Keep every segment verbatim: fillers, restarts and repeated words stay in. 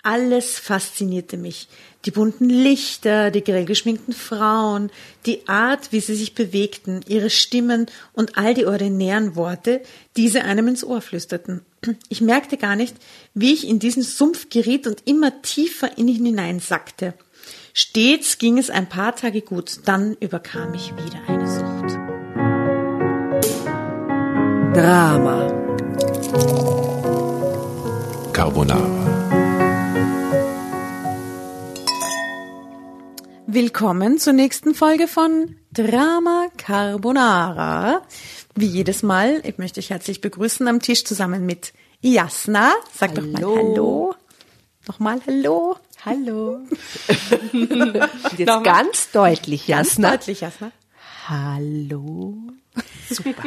Alles faszinierte mich. Die bunten Lichter, die grell geschminkten Frauen, die Art, wie sie sich bewegten, ihre Stimmen und all die ordinären Worte, die sie einem ins Ohr flüsterten. Ich merkte gar nicht, wie ich in diesen Sumpf geriet und immer tiefer in ihn hineinsackte. Stets ging es ein paar Tage gut, dann überkam mich wieder eine Sucht. Drama. Carbonara. Willkommen zur nächsten Folge von Drama Carbonara. Wie jedes Mal, ich möchte euch herzlich begrüßen am Tisch zusammen mit Jasna. Sag Hallo. doch mal Hallo. Nochmal Hallo. Hallo. Und jetzt Nochmal. Ganz deutlich, Jasna. Ganz deutlich, Jasna. Hallo. Super.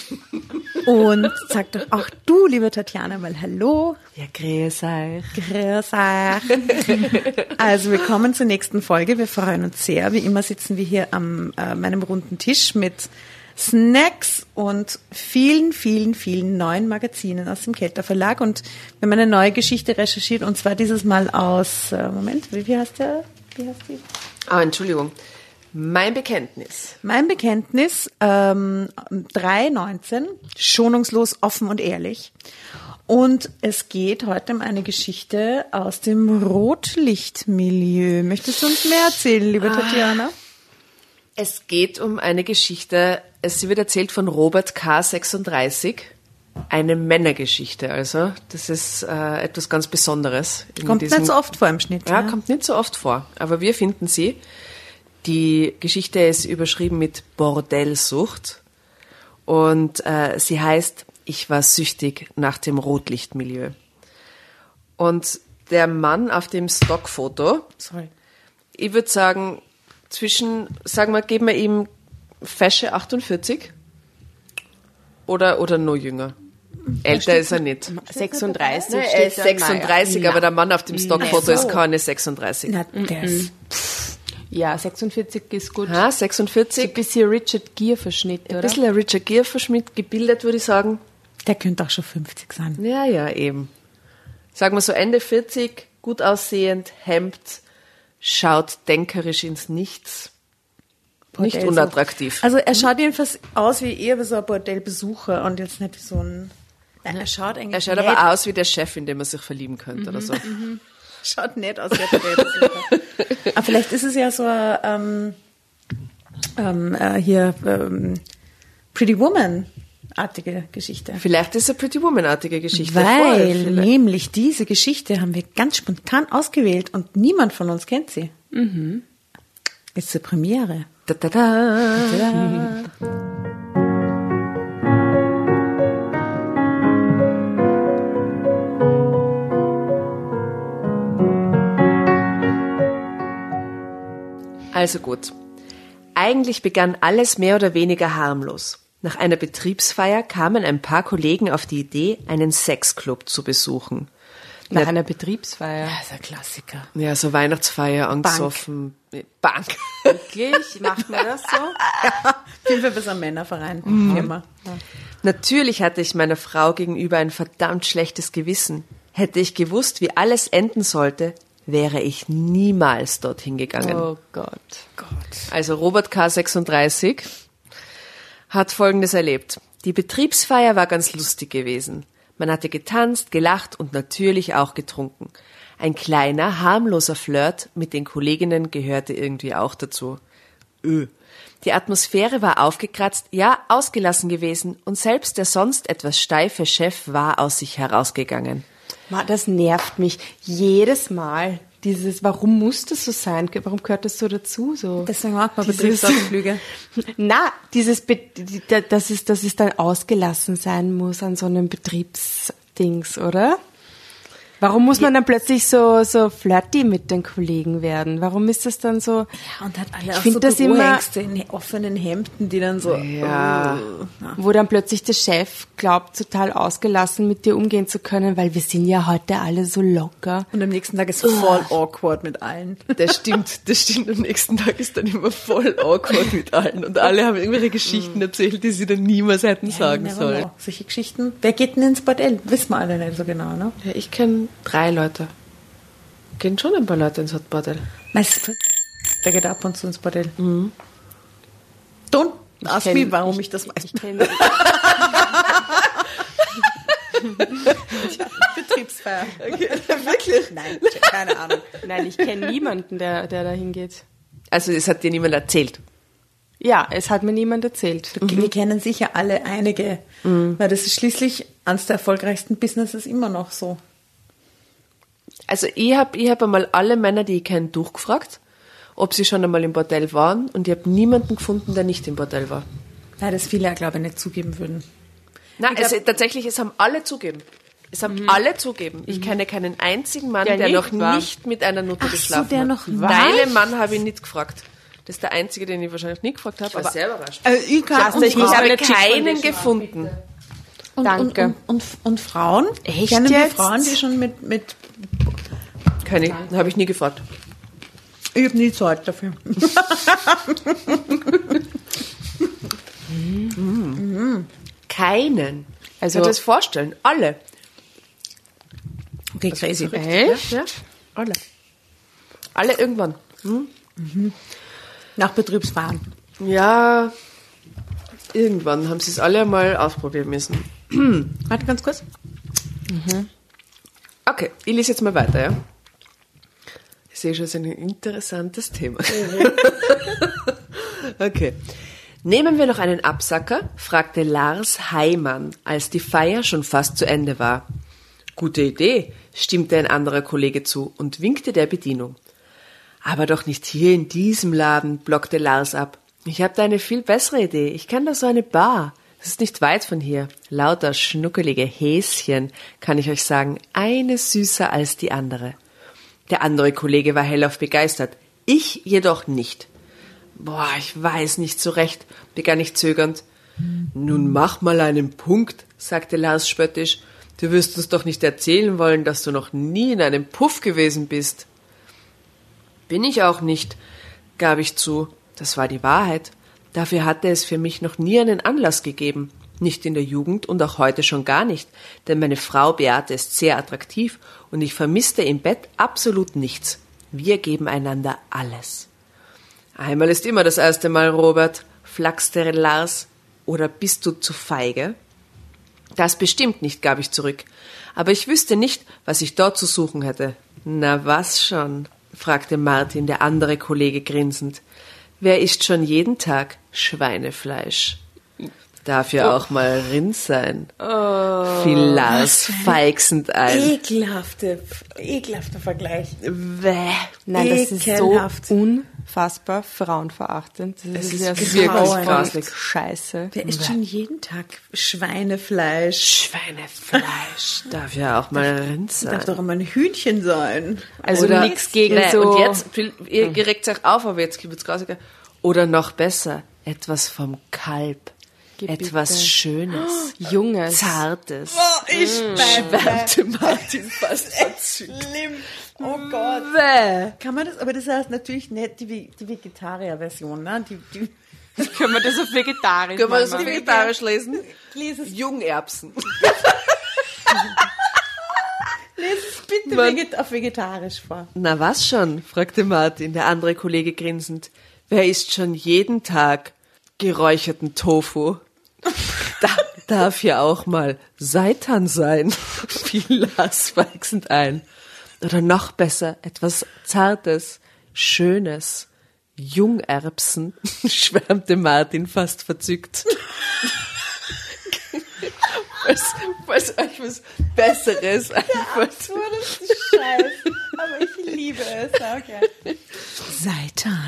Und sag doch auch du, liebe Tatjana, mal Hallo. Ja, grüß euch. Grüß euch. Also willkommen zur nächsten Folge. Wir freuen uns sehr. Wie immer sitzen wir hier am äh, meinem runden Tisch mit Snacks und vielen, vielen, vielen neuen Magazinen aus dem Kelter Verlag. Und wir haben eine neue Geschichte recherchiert, und zwar dieses Mal aus, äh, Moment, wie, wie heißt der? Wie heißt die? Ah, Entschuldigung. Mein Bekenntnis. Mein Bekenntnis, ähm, drei neunzehn, schonungslos, offen und ehrlich. Und es geht heute um eine Geschichte aus dem Rotlichtmilieu. Möchtest du uns mehr erzählen, liebe ah. Tatjana? Es geht um eine Geschichte, es wird erzählt von Robert K. sechsunddreißig. Eine Männergeschichte, also. Das ist äh, etwas ganz Besonderes. Kommt diesem, nicht so oft vor im Schnitt. Ja, ja, kommt nicht so oft vor. Aber wir finden sie. Die Geschichte ist überschrieben mit Bordellsucht. Und äh, sie heißt, ich war süchtig nach dem Rotlichtmilieu. Und der Mann auf dem Stockfoto, Sorry. ich würde sagen, zwischen, sagen wir, geben wir ihm fesche achtundvierzig oder, oder noch jünger. Älter ist er nicht. sechsunddreißig. Nein, er ist sechsunddreißig, Na, aber der Mann auf dem Stockfoto so. ist keine sechsunddreißig. Na, der ist, Ja, sechsundvierzig ist gut. Ha, So sechsundvierzig. ein bisschen Richard Gere-Verschnitt, oder? Ein bisschen ein Richard Gere-Verschnitt gebildet, würde ich sagen. der könnte auch schon fünfzig sein. Ja, ja, eben. Sagen wir so Ende vierzig, gut aussehend, Hemd, schaut denkerisch ins Nichts. Nicht Bordellsucht. unattraktiv. Also er schaut jedenfalls aus wie eher wie so ein Bordellbesucher und jetzt nicht wie so ein... Nein, er schaut eigentlich Er schaut nett. aber aus wie der Chef, in den man sich verlieben könnte oder so. Schaut nett aus, der Bordellbesucher. Aber vielleicht ist es ja so ein, ähm, ähm, äh, hier ähm, Pretty Woman-artige Geschichte. Vielleicht ist es eine Pretty Woman-artige Geschichte. Weil Voll, nämlich diese Geschichte haben wir ganz spontan ausgewählt und niemand von uns kennt sie. Mhm. Ist zur Premiere. Da, da, da. Tada. Also gut. Eigentlich begann alles mehr oder weniger harmlos. Nach einer Betriebsfeier kamen ein paar Kollegen auf die Idee, einen Sexclub zu besuchen. Nach Na, einer Betriebsfeier. Das ist ein Klassiker. ja, so Weihnachtsfeier, angesoffen. Bank. Wirklich? Macht man das so? Auf jeden Fall bis ein Männerverein. Firma. Natürlich hatte ich meiner Frau gegenüber ein verdammt schlechtes Gewissen. Hätte ich gewusst, wie alles enden sollte, wäre ich niemals dorthin gegangen. Oh Gott. Also Robert K. sechsunddreißig hat Folgendes erlebt. Die Betriebsfeier war ganz lustig gewesen. Man hatte getanzt, gelacht und natürlich auch getrunken. Ein kleiner, harmloser Flirt mit den Kolleginnen gehörte irgendwie auch dazu. Öh. Die Atmosphäre war aufgekratzt, ja, ausgelassen gewesen und selbst der sonst etwas steife Chef war aus sich herausgegangen. Ma, das nervt mich jedes Mal. Dieses, warum muss das so sein? Warum gehört das so dazu? So? Deswegen mag man Dieses- Betriebsausflüge. Na, dieses, Be die- da- dass es, dass es dann ausgelassen sein muss an so einem Betriebsdings, oder? Warum muss man dann plötzlich so, so flirty mit den Kollegen werden? Warum ist das dann so? Ja, und hat alle Ich auch find so das immer- Bürohengste in offenen Hemden, die dann so... Ja. Oh. Wo dann plötzlich der Chef glaubt, total ausgelassen mit dir umgehen zu können, weil wir sind ja heute alle so locker. Und am nächsten Tag ist es voll awkward mit allen. Das stimmt, das stimmt. Am nächsten Tag ist dann immer voll awkward mit allen. Und alle haben irgendwelche Geschichten erzählt, die sie dann niemals hätten sagen Never sollen. know. Solche Geschichten. Wer geht denn ins Bordell? Wissen wir alle nicht so genau, ne? Ja, ich kenne drei Leute. gehen schon ein paar Leute ins Bordell. Meistens der geht ab und zu ins Bordell. Mhm. Don't ask me, warum ich das weiß. Ich kenne Betriebsfeier. Okay. Wirklich? Nein, keine Ahnung. Nein, ich kenne niemanden, der, der da hingeht. Also es hat dir niemand erzählt? Ja, es hat mir niemand erzählt. Mhm. Wir kennen sicher alle einige, mhm. weil das ist schließlich eines der erfolgreichsten Businesses immer noch so. Also ich habe ich hab einmal alle Männer, die ich kenne, durchgefragt, ob sie schon einmal im Bordell waren, und ich habe niemanden gefunden, der nicht im Bordell war. Weil das viele, glaube ich, nicht zugeben würden. Nein, also tatsächlich, es haben alle zugeben. Es haben mhm. alle zugeben. Ich kenne keinen einzigen Mann, der, der noch war. nicht mit einer Nutte Ach geschlafen so, der hat. noch Deinen Mann habe ich nicht gefragt. Das ist der einzige, den ich wahrscheinlich nicht gefragt habe. Ich war sehr überrascht. Also ich kann, also ich habe keinen gefunden. Und, Danke. Und, und, und, und Frauen? Echt Kennen jetzt? die Frauen, die schon mit... mit keine, habe ich nie gefragt. Ich habe nie Zeit dafür. mhm. Keinen. Also, ich kann das vorstellen. Alle. Okay, crazy. Echt? Ja, ja, alle. Alle irgendwann. Mhm. Mhm. Nach Betriebsfahren. Ja, irgendwann haben sie es alle einmal ausprobieren müssen. Warte ganz kurz. Mhm. Okay, ich lese jetzt mal weiter, ja? Ich sehe schon, es ist ein interessantes Thema. Mhm. Okay. Nehmen wir noch einen Absacker, fragte Lars Heimann, als die Feier schon fast zu Ende war. Gute Idee, stimmte ein anderer Kollege zu und winkte der Bedienung. Aber doch nicht hier in diesem Laden, blockte Lars ab. Ich habe da eine viel bessere Idee. Ich kenne da so eine Bar. Das ist nicht weit von hier. Lauter schnuckelige Häschen, kann ich euch sagen. Eine süßer als die andere. Der andere Kollege war hellauf begeistert. Ich jedoch nicht. Boah, ich weiß nicht so recht, begann ich zögernd. Nun mach mal einen Punkt, sagte Lars spöttisch. Du wirst uns doch nicht erzählen wollen, dass du noch nie in einem Puff gewesen bist. Bin ich auch nicht, gab ich zu. Das war die Wahrheit. Dafür hatte es für mich noch nie einen Anlass gegeben. Nicht in der Jugend und auch heute schon gar nicht, denn meine Frau Beate ist sehr attraktiv und ich vermisste im Bett absolut nichts. Wir geben einander alles. Einmal ist immer das erste Mal, Robert, flachste Lars. Oder bist du zu feige? Das bestimmt nicht, gab ich zurück. Aber ich wüsste nicht, was ich dort zu suchen hätte. Na was schon? Fragte Martin, der andere Kollege, grinsend. Wer isst schon jeden Tag Schweinefleisch? Darf ja oh. auch mal Rind sein. Oh. Fiel Lars feixend ein. Ekelhafte, ekelhafter Vergleich. Bäh. Nein, das ist so unfassbar frauenverachtend. Das es ist, ist ja wirklich grauslich. Scheiße. Wer isst schon jeden Tag Schweinefleisch? Schweinefleisch. Darf ja auch mal Rind sein. Darf doch immer ein Hühnchen sein. Also Oder nichts gegen nee, so... Und jetzt, ihr, ihr regt euch auf, aber jetzt gibt es grausiger. Oder noch besser, etwas vom Kalb. Gebitte. Etwas Schönes, oh, Junges, Zartes. Oh, ich mm. schwärmte Martin fast verzückt. Schlimm. Oh Gott. Bäh. Kann man das, aber das heißt natürlich nicht die, die Vegetarier-Version, ne? Die, die Können wir das auf vegetarisch Können wir das auf vegetarisch lesen? Lies es. Jungerbsen. Lies es bitte veget- auf vegetarisch vor. Na was schon, fragte Martin, der andere Kollege grinsend. Wer isst schon jeden Tag geräucherten Tofu? Da darf ja auch mal Seitan sein, fiel Lars weixend ein. Oder noch besser, etwas Zartes, Schönes, Jungerbsen, schwärmte Martin fast verzückt. Was, was euch was Besseres einfällt. Das ist Scheiß, aber ich liebe es. Okay. Seitan.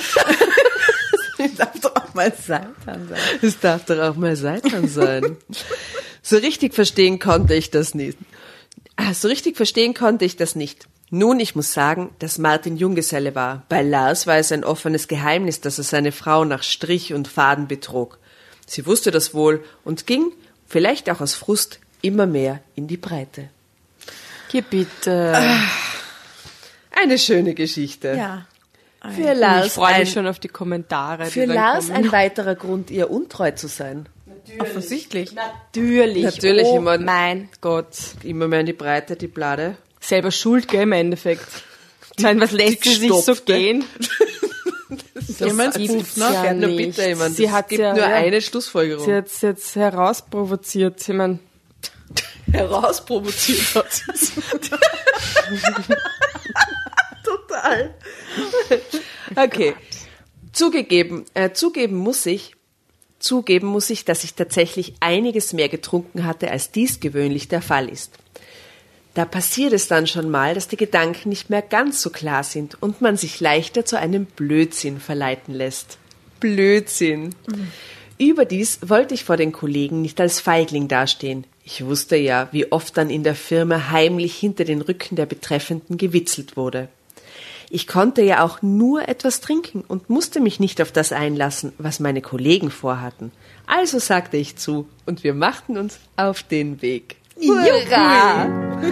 Es darf doch auch mal Seitan sein. Es darf doch auch mal Seitan sein. So richtig verstehen konnte ich das nicht. So richtig verstehen konnte ich das nicht. Nun, ich muss sagen, dass Martin Junggeselle war. Bei Lars war es ein offenes Geheimnis, dass er seine Frau nach Strich und Faden betrog. Sie wusste das wohl und ging, vielleicht auch aus Frust, immer mehr in die Breite. Geh bitte. Eine schöne Geschichte. Ja. Für Lars ich freue ein, mich schon auf die Kommentare. Für die Lars kommen. ein weiterer Grund, ihr untreu zu sein. Natürlich. Offensichtlich. Natürlich. Natürlich oh immer. mein Gott. Immer mehr in die Breite, die Blade. Selber schuld, gell, im Endeffekt. Nein, was lässt sie sich so Gestopfte. gehen? Jemand gibt's noch? ja Ja, nur nicht. bitte, ich meine, Sie es hat's gibt ja- nur ja. eine Schlussfolgerung. Sie hat es jetzt herausprovoziert. Ich meine, herausprovoziert hat sie es. Total. Okay. Zugegeben, äh, zugeben muss ich, zugeben muss ich, dass ich tatsächlich einiges mehr getrunken hatte, als dies gewöhnlich der Fall ist. Da passiert es dann schon mal, dass die Gedanken nicht mehr ganz so klar sind und man sich leichter zu einem Blödsinn verleiten lässt. Blödsinn. Mhm. Überdies wollte ich vor den Kollegen nicht als Feigling dastehen. Ich wusste ja, wie oft dann in der Firma heimlich hinter den Rücken der Betreffenden gewitzelt wurde. Ich konnte ja auch nur etwas trinken und musste mich nicht auf das einlassen, was meine Kollegen vorhatten. Also sagte ich zu und wir machten uns auf den Weg. Hurra!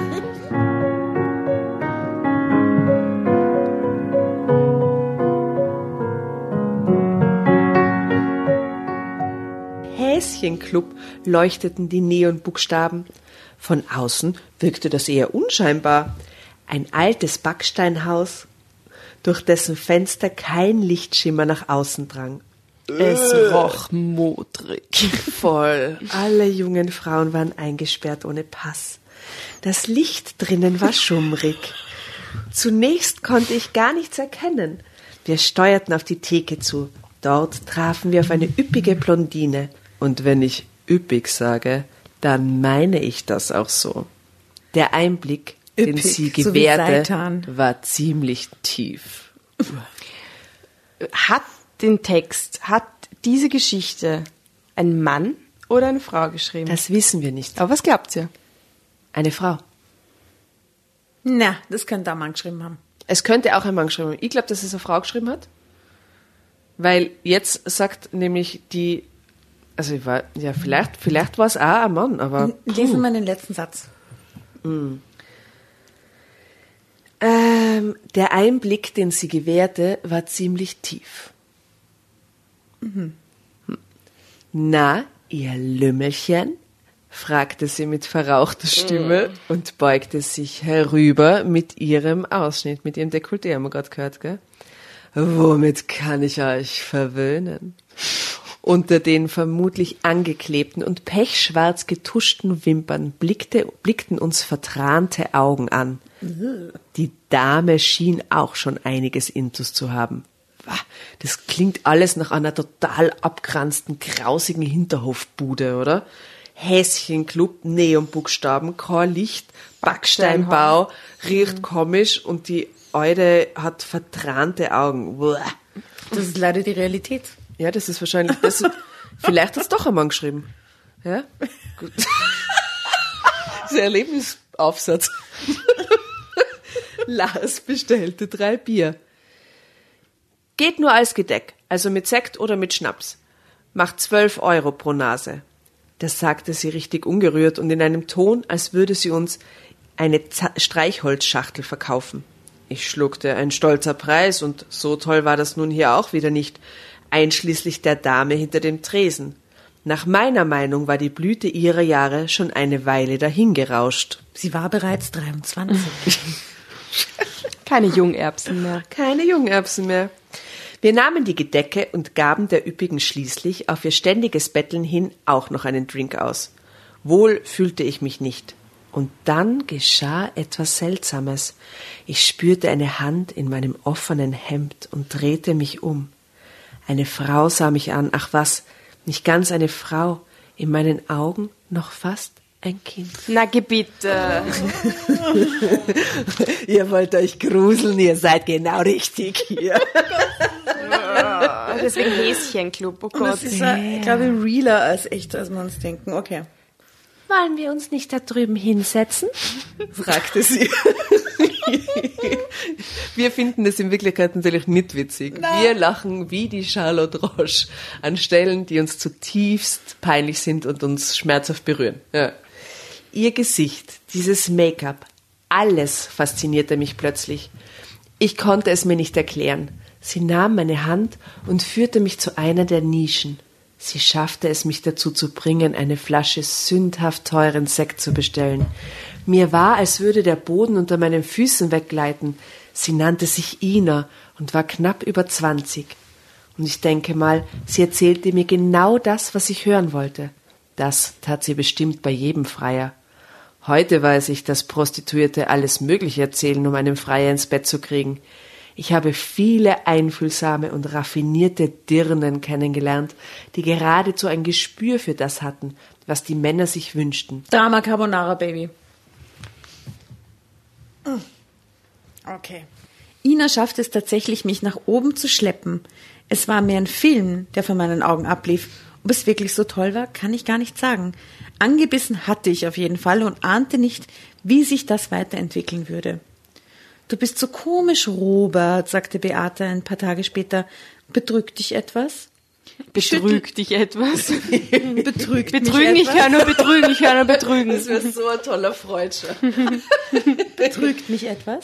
Häschenclub leuchteten die Neonbuchstaben. Von außen wirkte das eher unscheinbar. Ein altes Backsteinhaus, durch dessen Fenster kein Lichtschimmer nach außen drang. es roch modrig. Voll. Alle jungen Frauen waren eingesperrt ohne Pass. Das Licht drinnen war schummrig. Zunächst konnte ich gar nichts erkennen. Wir steuerten auf die Theke zu. Dort trafen wir auf eine üppige Blondine. Und wenn ich üppig sage, dann meine ich das auch so. Der Einblick, den Üppig, sie so wie gewährte, Seitan. war ziemlich tief. Hat den Text, hat diese Geschichte ein Mann oder eine Frau geschrieben? Das wissen wir nicht. Aber was glaubt ihr? Eine Frau. Na, das könnte ein Mann geschrieben haben. Es könnte auch ein Mann geschrieben haben. Ich glaube, dass es eine Frau geschrieben hat. Weil jetzt sagt nämlich die, also ich war, ja, vielleicht, vielleicht war es auch ein Mann, aber. Lesen wir den letzten Satz. Ähm, der Einblick, den sie gewährte, war ziemlich tief. Mhm. Na, ihr Lümmelchen? Fragte sie mit verrauchter Stimme mm. und beugte sich herüber mit ihrem Ausschnitt, mit ihrem Dekolleté, haben wir gerade gehört, gell? Womit kann ich euch verwöhnen? Unter den vermutlich angeklebten und pechschwarz getuschten Wimpern blickte, blickten uns vertrahnte Augen an. Die Dame schien auch schon einiges Intus zu haben. Das klingt alles nach einer total abgeranzten, grausigen Hinterhofbude, oder? Häschenclub, Neonbuchstaben, kein Licht, Backsteinbau, riecht komisch und die Eude hat vertrahnte Augen. Uah. Das ist leider die Realität. Ja, das ist wahrscheinlich das. Vielleicht hat es doch ein Mann geschrieben. Ja? Gut. Das ist ein Erlebnisaufsatz. Lars bestellte drei Bier. Geht nur als Gedeck, also mit Sekt oder mit Schnaps. Macht zwölf Euro pro Nase. Das sagte sie richtig ungerührt und in einem Ton, als würde sie uns eine Z- Streichholzschachtel verkaufen. Ich schluckte, ein stolzer Preis, und so toll war das nun hier auch wieder nicht, einschließlich der Dame hinter dem Tresen. Nach meiner Meinung war die Blüte ihrer Jahre schon eine Weile dahingerauscht. Sie war bereits dreiundzwanzig. Keine Jungerbsen mehr. Keine Jungerbsen mehr. Wir nahmen die Gedecke und gaben der Üppigen schließlich auf ihr ständiges Betteln hin auch noch einen Drink aus. Wohl fühlte ich mich nicht. Und dann geschah etwas Seltsames. Ich spürte eine Hand in meinem offenen Hemd und drehte mich um. Eine Frau sah mich an. Ach was, nicht ganz eine Frau. In meinen Augen noch fast ein Kind. Na, geh bitte. Ihr wollt euch gruseln, ihr seid genau richtig hier. Deswegen Häschenclub, oh Und Gott. das ist, äh, glaube ich, realer als echt, als wir uns denken. Okay. Wollen wir uns nicht da drüben hinsetzen? fragte sie. Wir finden das in Wirklichkeit natürlich nicht witzig. Nein. Wir lachen wie die Charlotte Roche an Stellen, die uns zutiefst peinlich sind und uns schmerzhaft berühren. Ja. Ihr Gesicht, dieses Make-up, alles faszinierte mich plötzlich. Ich konnte es mir nicht erklären. Sie nahm meine Hand und führte mich zu einer der Nischen. Sie schaffte es, mich dazu zu bringen, eine Flasche sündhaft teuren Sekt zu bestellen. Mir war, als würde der Boden unter meinen Füßen weggleiten. Sie nannte sich Ina und war knapp über zwanzig. Und ich denke mal, sie erzählte mir genau das, was ich hören wollte. Das tat sie bestimmt bei jedem Freier. Heute weiß ich, dass Prostituierte alles Mögliche erzählen, um einen Freier ins Bett zu kriegen. Ich habe viele einfühlsame und raffinierte Dirnen kennengelernt, die geradezu ein Gespür für das hatten, was die Männer sich wünschten. Drama Carbonara, Baby. Okay. Ina schafft es tatsächlich, mich nach oben zu schleppen. Es war mehr ein Film, der vor meinen Augen ablief. Ob es wirklich so toll war, kann ich gar nicht sagen. Angebissen hatte ich auf jeden Fall und ahnte nicht, wie sich das weiterentwickeln würde. Du bist so komisch, Robert, sagte Beate ein paar Tage später. Betrügt dich etwas? Betrügt dich etwas? Betrügt Betrügen, mich ich etwas? kann nur betrügen, ich kann nur betrügen. Das wäre so ein toller Freudscher. Betrügt mich etwas?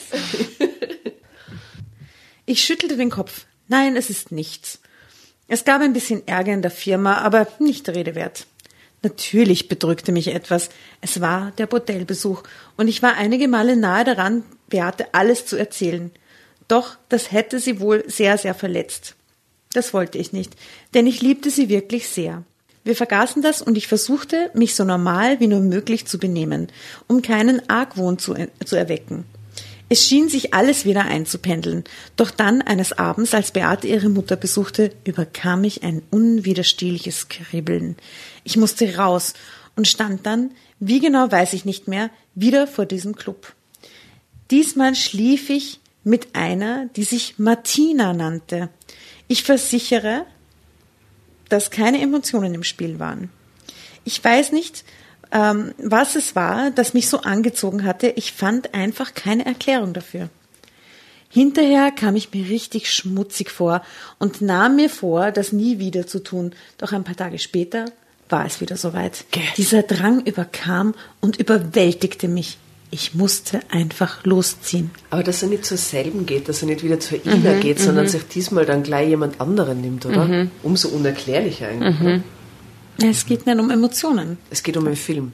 Ich schüttelte den Kopf. Nein, es ist nichts. Es gab ein bisschen Ärger in der Firma, aber nicht Rede wert. Natürlich bedrückte mich etwas. Es war der Bordellbesuch und ich war einige Male nahe daran, Beate alles zu erzählen. Doch das hätte sie wohl sehr, sehr verletzt. Das wollte ich nicht, denn ich liebte sie wirklich sehr. Wir vergaßen das und ich versuchte, mich so normal wie nur möglich zu benehmen, um keinen Argwohn zu, zu erwecken. Es schien sich alles wieder einzupendeln, doch dann eines Abends, als Beate ihre Mutter besuchte, überkam mich ein unwiderstehliches Kribbeln. Ich musste raus und stand dann, wie genau weiß ich nicht mehr, wieder vor diesem Club. Diesmal schlief ich mit einer, die sich Martina nannte. Ich versichere, dass keine Emotionen im Spiel waren. Ich weiß nicht, ähm, was es war, das mich so angezogen hatte. Ich fand einfach keine Erklärung dafür. Hinterher kam ich mir richtig schmutzig vor und nahm mir vor, das nie wieder zu tun. Doch ein paar Tage später war es wieder soweit. Geh. Dieser Drang überkam und überwältigte mich. Ich musste einfach losziehen. Aber dass er nicht zur selben geht, dass er nicht wieder zur Ina mhm, geht, sondern sich diesmal dann gleich jemand anderen nimmt, oder? Mhm. Umso unerklärlicher eigentlich. Mhm. Es geht nicht um Emotionen. Es geht um einen Film.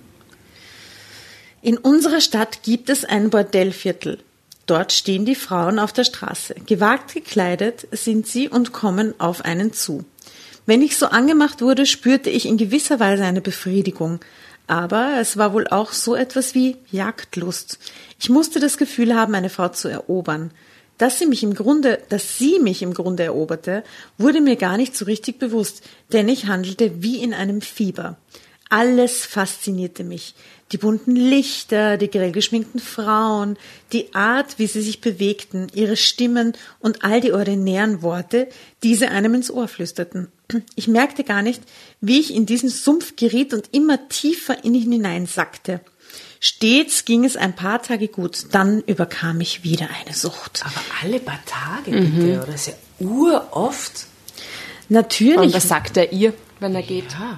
In unserer Stadt gibt es ein Bordellviertel. Dort stehen die Frauen auf der Straße. Gewagt gekleidet sind sie und kommen auf einen zu. Wenn ich so angemacht wurde, spürte ich in gewisser Weise eine Befriedigung. Aber es war wohl auch so etwas wie Jagdlust. Ich musste das Gefühl haben, eine Frau zu erobern. Dass sie mich im Grunde, dass sie mich im Grunde eroberte, wurde mir gar nicht so richtig bewusst, denn ich handelte wie in einem Fieber. Alles faszinierte mich. Die bunten Lichter, die grell geschminkten Frauen, die Art, wie sie sich bewegten, ihre Stimmen und all die ordinären Worte, die sie einem ins Ohr flüsterten. Ich merkte gar nicht, wie ich in diesen Sumpf geriet und immer tiefer in ihn hineinsackte. Stets ging es ein paar Tage gut, dann überkam mich wieder eine Sucht. Aber alle paar Tage, bitte, mhm. oder? Das ist ja uroft. Natürlich. Und was sagt er ihr, wenn er geht? Ja.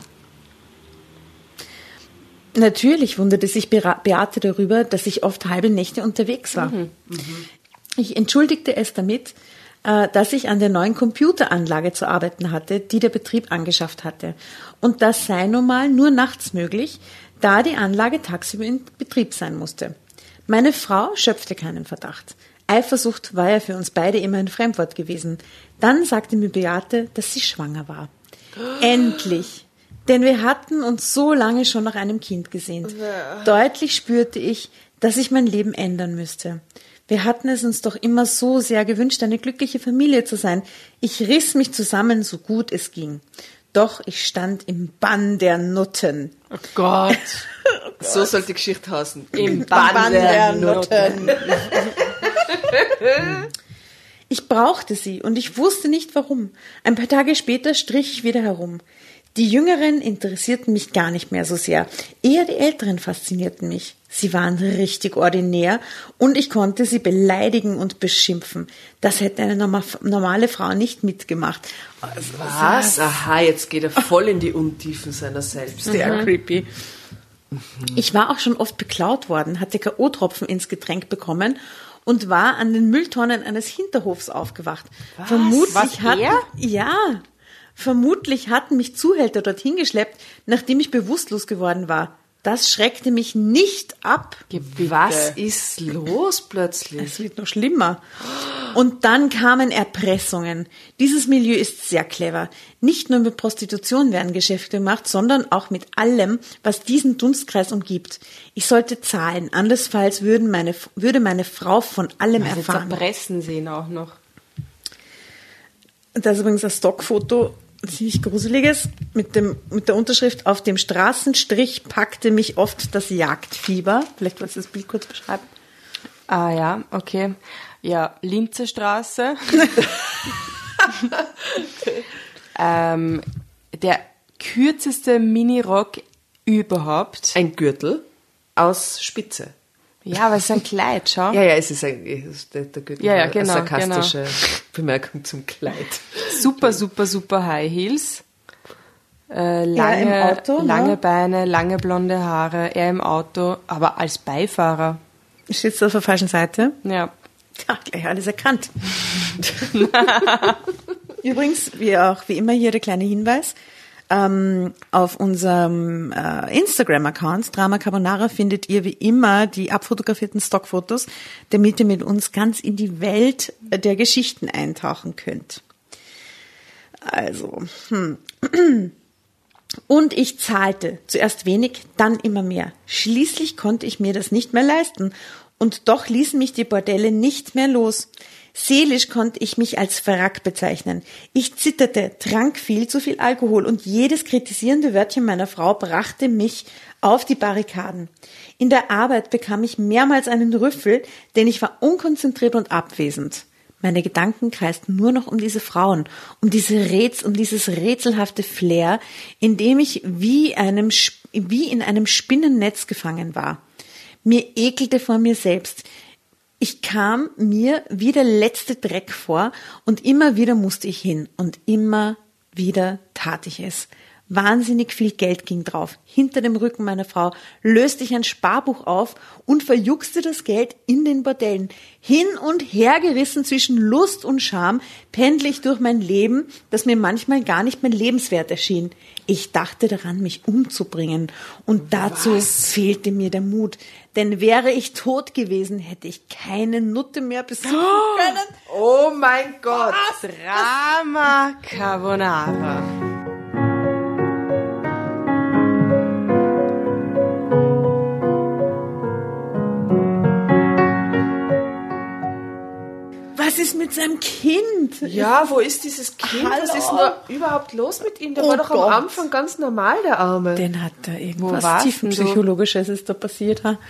Natürlich wunderte sich Beate darüber, dass ich oft halbe Nächte unterwegs war. Mhm. Mhm. Ich entschuldigte es damit, dass ich an der neuen Computeranlage zu arbeiten hatte, die der Betrieb angeschafft hatte. Und das sei nun mal nur nachts möglich, da die Anlage tagsüber in Betrieb sein musste. Meine Frau schöpfte keinen Verdacht. Eifersucht war ja für uns beide immer ein Fremdwort gewesen. Dann sagte mir Beate, dass sie schwanger war. Endlich! Denn wir hatten uns so lange schon nach einem Kind gesehnt. Deutlich spürte ich, dass ich mein Leben ändern müsste. Wir hatten es uns doch immer so sehr gewünscht, eine glückliche Familie zu sein. Ich riss mich zusammen, so gut es ging. Doch ich stand im Bann der Nutten. Oh Gott. Oh Gott. So sollte die Geschichte heißen. Im Bann, Bann der, der Nutten. Ich brauchte sie und ich wusste nicht warum. Ein paar Tage später strich ich wieder herum. Die Jüngeren interessierten mich gar nicht mehr so sehr. Eher die Älteren faszinierten mich. Sie waren richtig ordinär und ich konnte sie beleidigen und beschimpfen. Das hätte eine normale Frau nicht mitgemacht. Was? Aha, jetzt geht er voll in die Untiefen seiner selbst. Sehr mhm. creepy. Mhm. Ich war auch schon oft beklaut worden, hatte K O-Tropfen ins Getränk bekommen und war an den Mülltonnen eines Hinterhofs aufgewacht. Was? Vermutlich Was, hatten, er? Ja, vermutlich hatten mich Zuhälter dorthin geschleppt, nachdem ich bewusstlos geworden war. Das schreckte mich nicht ab. Was ist los plötzlich? Es wird noch schlimmer. Und dann kamen Erpressungen. Dieses Milieu ist sehr clever. Nicht nur mit Prostitution werden Geschäfte gemacht, sondern auch mit allem, was diesen Dunstkreis umgibt. Ich sollte zahlen, andernfalls würden meine, würde meine Frau von allem Also erfahren. erpressen sehen auch noch. Das ist übrigens ein Stockfoto, ziemlich gruseliges, mit dem, mit der Unterschrift: Auf dem Straßenstrich packte mich oft das Jagdfieber. Vielleicht wolltest du das Bild kurz beschreiben. Ah ja, okay. Ja, Linzer Straße. ähm, der kürzeste Minirock überhaupt. Ein Gürtel aus Spitze. Ja, aber es ist ein Kleid, schau. Ja, ja, es ist ein, es ist der, der Gürtel, Ja, ja, eine genau, sarkastische Bemerkung zum Kleid. Super, super, super High Heels. Äh, lange, Ja, im Auto, lange ne? Beine, lange blonde Haare, er im Auto, aber als Beifahrer. Steht du auf der falschen Seite? Ja. Ja, gleich alles erkannt. Übrigens, wie auch wie immer hier der kleine Hinweis, ähm, auf unserem äh, Instagram-Account Drama Carbonara findet ihr wie immer die abfotografierten Stockfotos, damit ihr mit uns ganz in die Welt der Geschichten eintauchen könnt. Also, hm. Und ich zahlte zuerst wenig, dann immer mehr. Schließlich konnte ich mir das nicht mehr leisten. Und doch ließen mich die Bordelle nicht mehr los. Seelisch konnte ich mich als Verrack bezeichnen. Ich zitterte, trank viel zu viel Alkohol und jedes kritisierende Wörtchen meiner Frau brachte mich auf die Barrikaden. In der Arbeit bekam ich mehrmals einen Rüffel, denn ich war unkonzentriert und abwesend. Meine Gedanken kreisten nur noch um diese Frauen, um diese Rätsel, um dieses rätselhafte Flair, in dem ich wie einem, wie in einem Spinnennetz gefangen war. Mir ekelte vor mir selbst. Ich kam mir wie der letzte Dreck vor und immer wieder musste ich hin und immer wieder tat ich es. Wahnsinnig viel Geld ging drauf. Hinter dem Rücken meiner Frau löste ich ein Sparbuch auf und verjuckste das Geld in den Bordellen. Hin und her gerissen zwischen Lust und Scham pendle ich durch mein Leben, das mir manchmal gar nicht mehr lebenswert erschien. Ich dachte daran, mich umzubringen, und dazu Was? fehlte mir der Mut. Denn wäre ich tot gewesen, hätte ich keine Nutte mehr besuchen oh, können. Oh mein Gott! Drama Carbonara. Was ist mit seinem Kind? Ja, wo ist dieses Kind? Hallo. Was ist denn da überhaupt los mit ihm? Der Oh war doch Gott. am Anfang ganz normal, der Arme. Den hat da Wo irgendwas war's denn tiefenpsychologisches ist da passiert. Ha?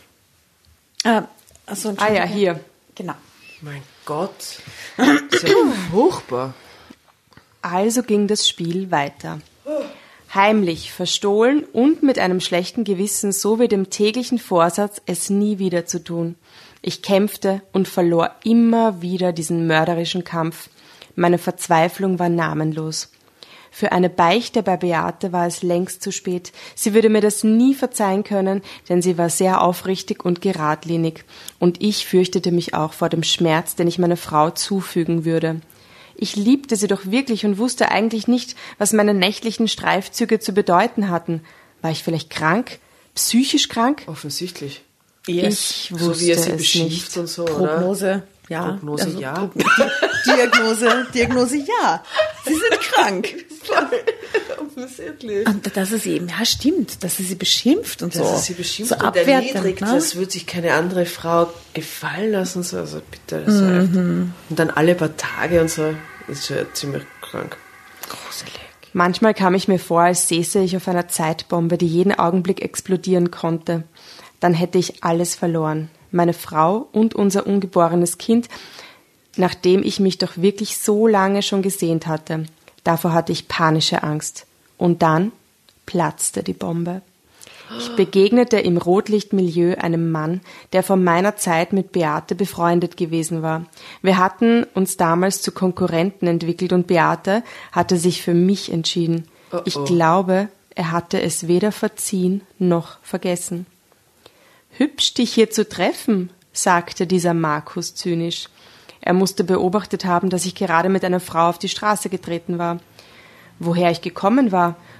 Ah, also, Ah ja, hier. Genau. Mein Gott. Das ist ja furchtbar. Also ging das Spiel weiter. Heimlich, verstohlen und mit einem schlechten Gewissen sowie dem täglichen Vorsatz, es nie wieder zu tun. Ich kämpfte und verlor immer wieder diesen mörderischen Kampf. Meine Verzweiflung war namenlos. Für eine Beichte bei Beate war es längst zu spät. Sie würde mir das nie verzeihen können, denn sie war sehr aufrichtig und geradlinig. Und ich fürchtete mich auch vor dem Schmerz, den ich meiner Frau zufügen würde. Ich liebte sie doch wirklich und wusste eigentlich nicht, was meine nächtlichen Streifzüge zu bedeuten hatten. War ich vielleicht krank? Psychisch krank? Offensichtlich. Ich wusste So wie er sie es beschimpft nicht. und so, oder? Prognose, ja. Prognose, Also, ja. Prog- Di- Diagnose, Diagnose, ja. Sie sind krank. Offensichtlich. Und das ist eben, ja stimmt, dass sie sie beschimpft und so. Dass er sie beschimpft so und abwertend, erniedrigt, ne? das würde sich keine andere Frau gefallen lassen. So. Also bitte, das war echt. Und dann alle paar Tage und so, ist ja ziemlich krank. Gruselig. Manchmal kam ich mir vor, als säße ich auf einer Zeitbombe, die jeden Augenblick explodieren konnte. Dann hätte ich alles verloren. Meine Frau und unser ungeborenes Kind, nachdem ich mich doch wirklich so lange schon gesehnt hatte. Davor hatte ich panische Angst. Und dann platzte die Bombe. Ich begegnete im Rotlichtmilieu einem Mann, der von meiner Zeit mit Beate befreundet gewesen war. Wir hatten uns damals zu Konkurrenten entwickelt und Beate hatte sich für mich entschieden. Oh oh. Ich glaube, er hatte es weder verziehen noch vergessen. »Hübsch, dich hier zu treffen«, sagte dieser Markus zynisch. Er musste beobachtet haben, dass ich gerade mit einer Frau auf die Straße getreten war. Woher ich gekommen war,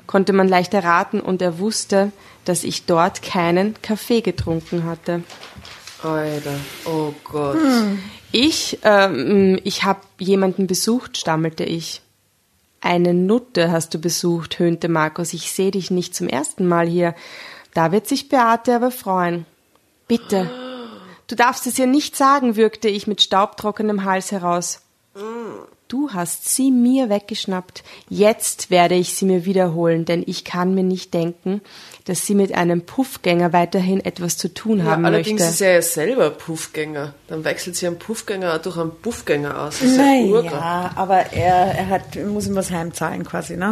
konnte man leicht erraten und er wusste, dass ich dort keinen Kaffee getrunken hatte. Alter, oh Gott. Hm. Ich, ähm, ich habe jemanden besucht, stammelte ich. Eine Nutte hast du besucht, höhnte Markus. Ich sehe dich nicht zum ersten Mal hier. Da wird sich Beate aber freuen. Bitte. Du darfst es ihr nicht sagen, würgte ich mit staubtrockenem Hals heraus. Du hast sie mir weggeschnappt. Jetzt werde ich sie mir wiederholen, denn ich kann mir nicht denken, dass sie mit einem Puffgänger weiterhin etwas zu tun haben ja, allerdings möchte. Allerdings ist er ja selber Puffgänger. Dann wechselt sie einen Puffgänger durch einen Puffgänger aus. Das ist ja, ja, aber er, er hat, muss ihm was heimzahlen quasi, ne?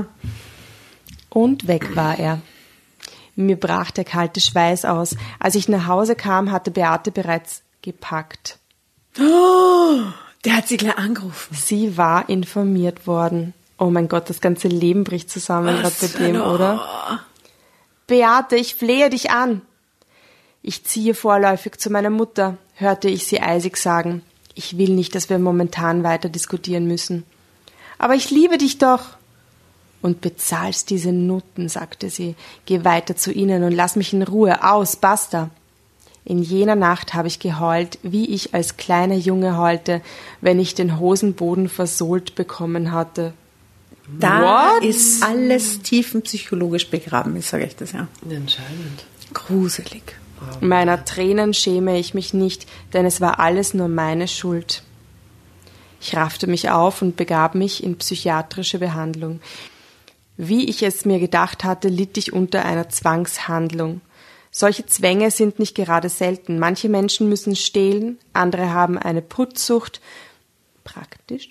Und weg war er. Mir brach der kalte Schweiß aus. Als ich nach Hause kam, hatte Beate bereits gepackt. Oh, der hat sie gleich angerufen. Sie war informiert worden. Oh mein Gott, das ganze Leben bricht zusammen gerade bei dem, oder? Beate, ich flehe dich an. Ich ziehe vorläufig zu meiner Mutter, hörte ich sie eisig sagen. Ich will nicht, dass wir momentan weiter diskutieren müssen. Aber ich liebe dich doch. Und bezahlst diese Nutten, sagte sie. Geh weiter zu ihnen und lass mich in Ruhe. Aus, basta. In jener Nacht habe ich geheult, wie ich als kleiner Junge heulte, wenn ich den Hosenboden versohlt bekommen hatte. Da What? ist alles tiefenpsychologisch begraben, ich sage ich das ja. Anscheinend. Gruselig. Meiner Tränen schäme ich mich nicht, denn es war alles nur meine Schuld. Ich raffte mich auf und begab mich in psychiatrische Behandlung. Wie ich es mir gedacht hatte, litt ich unter einer Zwangshandlung. Solche Zwänge sind nicht gerade selten. Manche Menschen müssen stehlen, andere haben eine Putzsucht. Praktisch.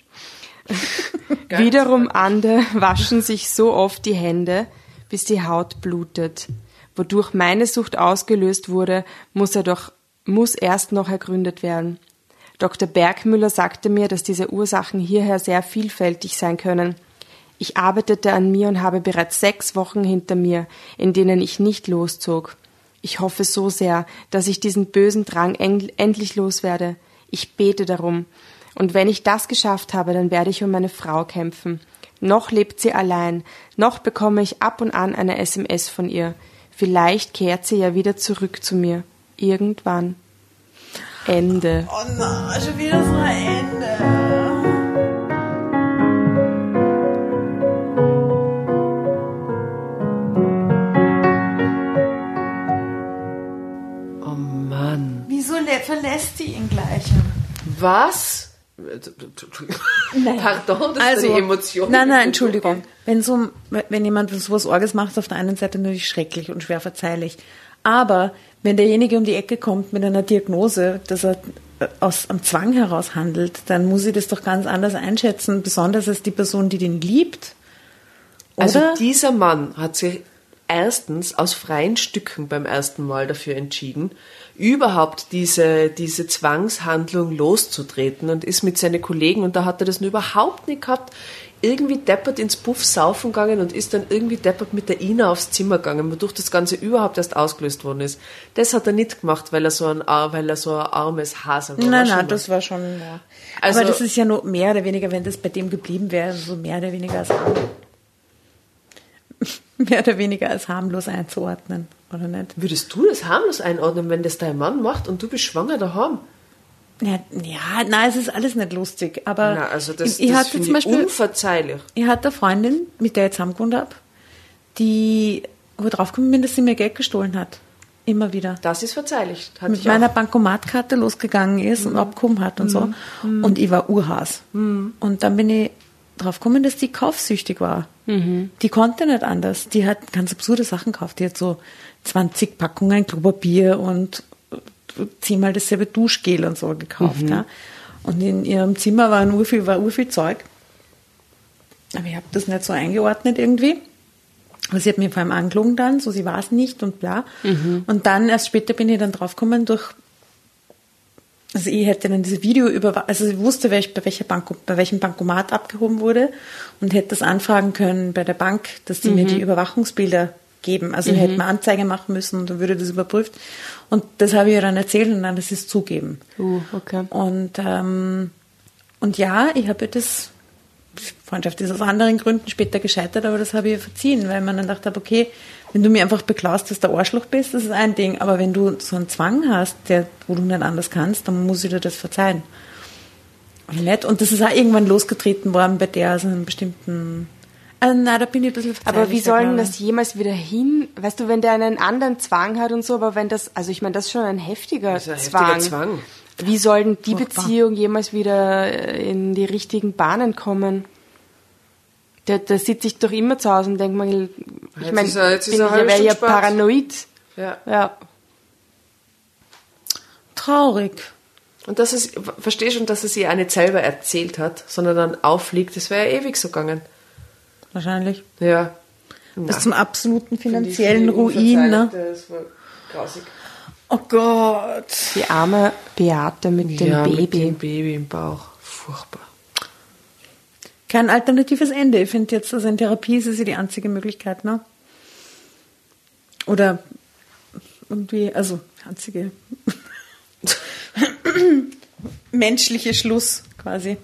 Wiederum andere waschen sich so oft die Hände, bis die Haut blutet. Wodurch meine Sucht ausgelöst wurde, muss er doch, muss erst noch ergründet werden. Doktor Bergmüller sagte mir, dass diese Ursachen hierher sehr vielfältig sein können. Ich arbeitete an mir und habe bereits sechs Wochen hinter mir, in denen ich nicht loszog. Ich hoffe so sehr, dass ich diesen bösen Drang endlich loswerde. Ich bete darum. Und wenn ich das geschafft habe, dann werde ich um meine Frau kämpfen. Noch lebt sie allein, noch bekomme ich ab und an eine S M S von ihr. Vielleicht kehrt sie ja wieder zurück zu mir. Irgendwann. Ende. Oh nein, schon wieder so ein Ende. Oh Mann. Wieso verlässt sie ihn gleich? Was? Naja. Pardon, das also, ist eine Emotion. Nein, nein, Entschuldigung. Wenn, so, wenn jemand sowas Orges macht, ist auf der einen Seite natürlich schrecklich und schwer verzeihlich. Aber wenn derjenige um die Ecke kommt mit einer Diagnose, dass er aus am Zwang heraus handelt, dann muss ich das doch ganz anders einschätzen, besonders als die Person, die den liebt. Oder? Also dieser Mann hat sich erstens aus freien Stücken beim ersten Mal dafür entschieden, überhaupt diese, diese Zwangshandlung loszutreten und ist mit seinen Kollegen, und da hat er das nur überhaupt nicht gehabt, irgendwie deppert ins Puff saufen gegangen und ist dann irgendwie deppert mit der Ina aufs Zimmer gegangen, wodurch das Ganze überhaupt erst ausgelöst worden ist. Das hat er nicht gemacht, weil er so ein, weil er so ein armes Hasel war. Nein, war nein, das war schon, ja. Also, aber das ist ja nur mehr oder weniger, wenn das bei dem geblieben wäre, so mehr oder weniger als mehr oder weniger als harmlos einzuordnen, oder nicht? Würdest du das harmlos einordnen, wenn das dein Mann macht und du bist schwanger daheim? Ja, ja, nein, es ist alles nicht lustig, aber na, also das, ich, ich das hatte finde zum Beispiel, ich unverzeihlich. Ich hatte eine Freundin, mit der ich zusammengewohnt habe, die, wo draufgekommen bin, dass sie mir Geld gestohlen hat. Immer wieder. Das ist verzeihlich. Hat mit meiner Bankomatkarte losgegangen ist mhm. und abgehoben hat und so. Mhm. Und ich war Urhass. Mhm. Und dann bin ich draufgekommen, dass die kaufsüchtig war. Mhm. Die konnte nicht anders. Die hat ganz absurde Sachen gekauft. Die hat so zwanzig Packungen Klopapier und zehnmal dasselbe Duschgel und so gekauft. Mhm. Ja. Und in ihrem Zimmer war urviel, war urviel Zeug. Aber ich habe das nicht so eingeordnet irgendwie. Aber sie hat mich vor allem angelogen dann, so sie war es nicht und bla. Mhm. Und dann, erst später bin ich dann draufgekommen durch, also ich hätte dann diese Video über, also ich wusste, welch, bei, welcher Bank, bei welchem Bankomat abgehoben wurde und hätte das anfragen können bei der Bank, dass die mhm. mir die Überwachungsbilder geben. Also mhm. hätte man Anzeige machen müssen und dann würde das überprüft. Und das habe ich ihr dann erzählt und dann, das ist zugeben. Uh, okay. Und, ähm, und ja, ich habe ihr das Freundschaft ist aus anderen Gründen später gescheitert, aber das habe ich ihr verziehen, weil man dann gedacht habe, okay, wenn du mir einfach beklaust, dass du Arschloch bist, das ist ein Ding, aber wenn du so einen Zwang hast, der, wo du nicht anders kannst, dann muss ich dir das verzeihen. Und nicht? Und das ist auch irgendwann losgetreten worden bei der, so einem bestimmten, also nein, da bin ich ein bisschen verzeihlicher. Aber wie soll denn das jemals wieder hin, weißt du, wenn der einen anderen Zwang hat und so, aber wenn das, also ich meine, das ist schon ein heftiger, Das ist ein Zwang. heftiger Zwang. Wie soll denn die Furchtbar. Beziehung jemals wieder in die richtigen Bahnen kommen? Da, da sitze ich doch immer zu Hause und denke mir, ich Jetzt meine, ist er- jetzt ist bin er ich eine ja, wäre ja halbe Stunde spät. paranoid. Ja. Ja. Traurig. Und dass es, verstehe schon, dass es ihr auch nicht selber erzählt hat, sondern dann auffliegt, das wäre ja ewig so gegangen. Wahrscheinlich. Ja. Bis zum absoluten Finde ich- finanziellen finde ich Ruin, ne? unverzeihlich, Das war grausig. Oh Gott. Die arme Beate mit dem ja, Baby. mit dem Baby im Bauch. Furchtbar. Kein alternatives Ende. Ich finde jetzt, also in Therapie ist es ja die einzige Möglichkeit, ne? Oder irgendwie, also einzige menschliche Schluss quasi.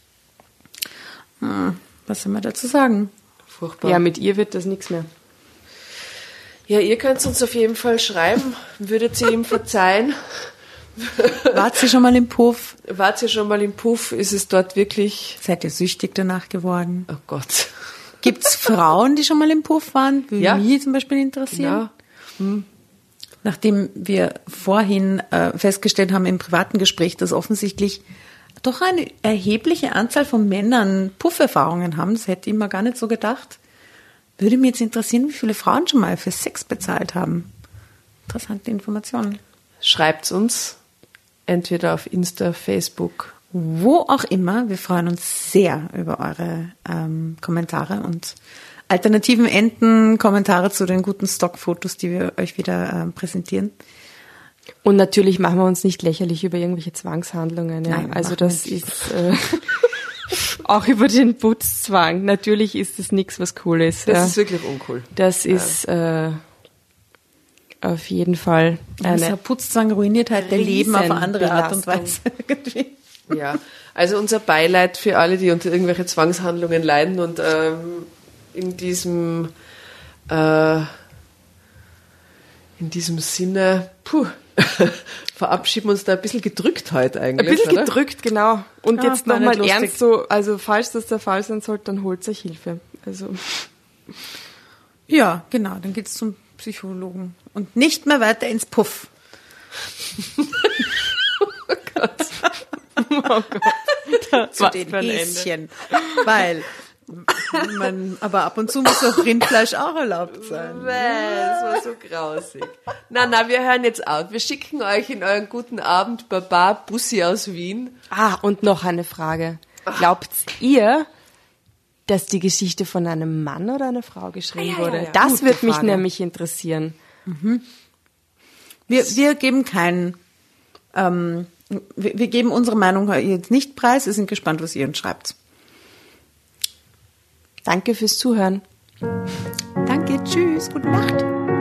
Hm, was soll man dazu sagen? Furchtbar. Ja, mit ihr wird das nichts mehr. Ja, ihr könnt uns auf jeden Fall schreiben. Würdet ihr ihm verzeihen? Wart sie schon mal im Puff? Wart ihr schon mal im Puff? Ist es dort wirklich... Seid ihr süchtig danach geworden? Oh Gott. Gibt es Frauen, die schon mal im Puff waren? Würde Ja. mich zum Beispiel interessieren. Genau. Nachdem wir vorhin äh, festgestellt haben im privaten Gespräch, dass offensichtlich doch eine erhebliche Anzahl von Männern Pufferfahrungen haben, das hätte ich mir gar nicht so gedacht, würde mich jetzt interessieren, wie viele Frauen schon mal für Sex bezahlt haben. Interessante Informationen. Schreibt's uns. Entweder auf Insta, Facebook. Wo auch immer, wir freuen uns sehr über eure ähm, Kommentare und alternativen Enden, Kommentare zu den guten Stockfotos, die wir euch wieder ähm, präsentieren. Und natürlich machen wir uns nicht lächerlich über irgendwelche Zwangshandlungen. Ja. Nein, also machen das wir nicht. ist äh, auch über den Putzzwang. Natürlich ist das nichts, was cool ist. Das ja. ist wirklich uncool. Das ist äh, auf jeden Fall Also eine Putzzwang ruiniert halt dein Leben auf eine andere Art und Riesenbelastung. Weise. Irgendwie. Ja, also unser Beileid für alle, die unter irgendwelche Zwangshandlungen leiden und ähm, in diesem äh, in diesem Sinne, puh, verabschieden wir uns da ein bisschen gedrückt heute ein eigentlich. bisschen oder? gedrückt, genau. Und Ja, jetzt war nochmal nicht lustig. ernst so, also falls das der Fall sein sollte, dann holt euch Hilfe. Also Ja, genau, dann geht's zum Psychologen. Und nicht mehr weiter ins Puff. Zu was den für ein Ende. Häschen. Weil man, aber ab und zu muss auch Rindfleisch auch erlaubt sein. Das war so grausig. Na, na, wir hören jetzt auf. Wir schicken euch in euren guten Abend Baba Bussi aus Wien. Ah, und noch eine Frage. Glaubt ihr, dass die Geschichte von einem Mann oder einer Frau geschrieben Ah, ja, ja, wurde? ja. Das Gute wird mich Frage. nämlich interessieren. Wir, wir geben keinen, ähm, wir, wir geben unsere Meinung jetzt nicht preis. Wir sind gespannt, was ihr uns schreibt. Danke fürs Zuhören. Danke, tschüss, gute Nacht.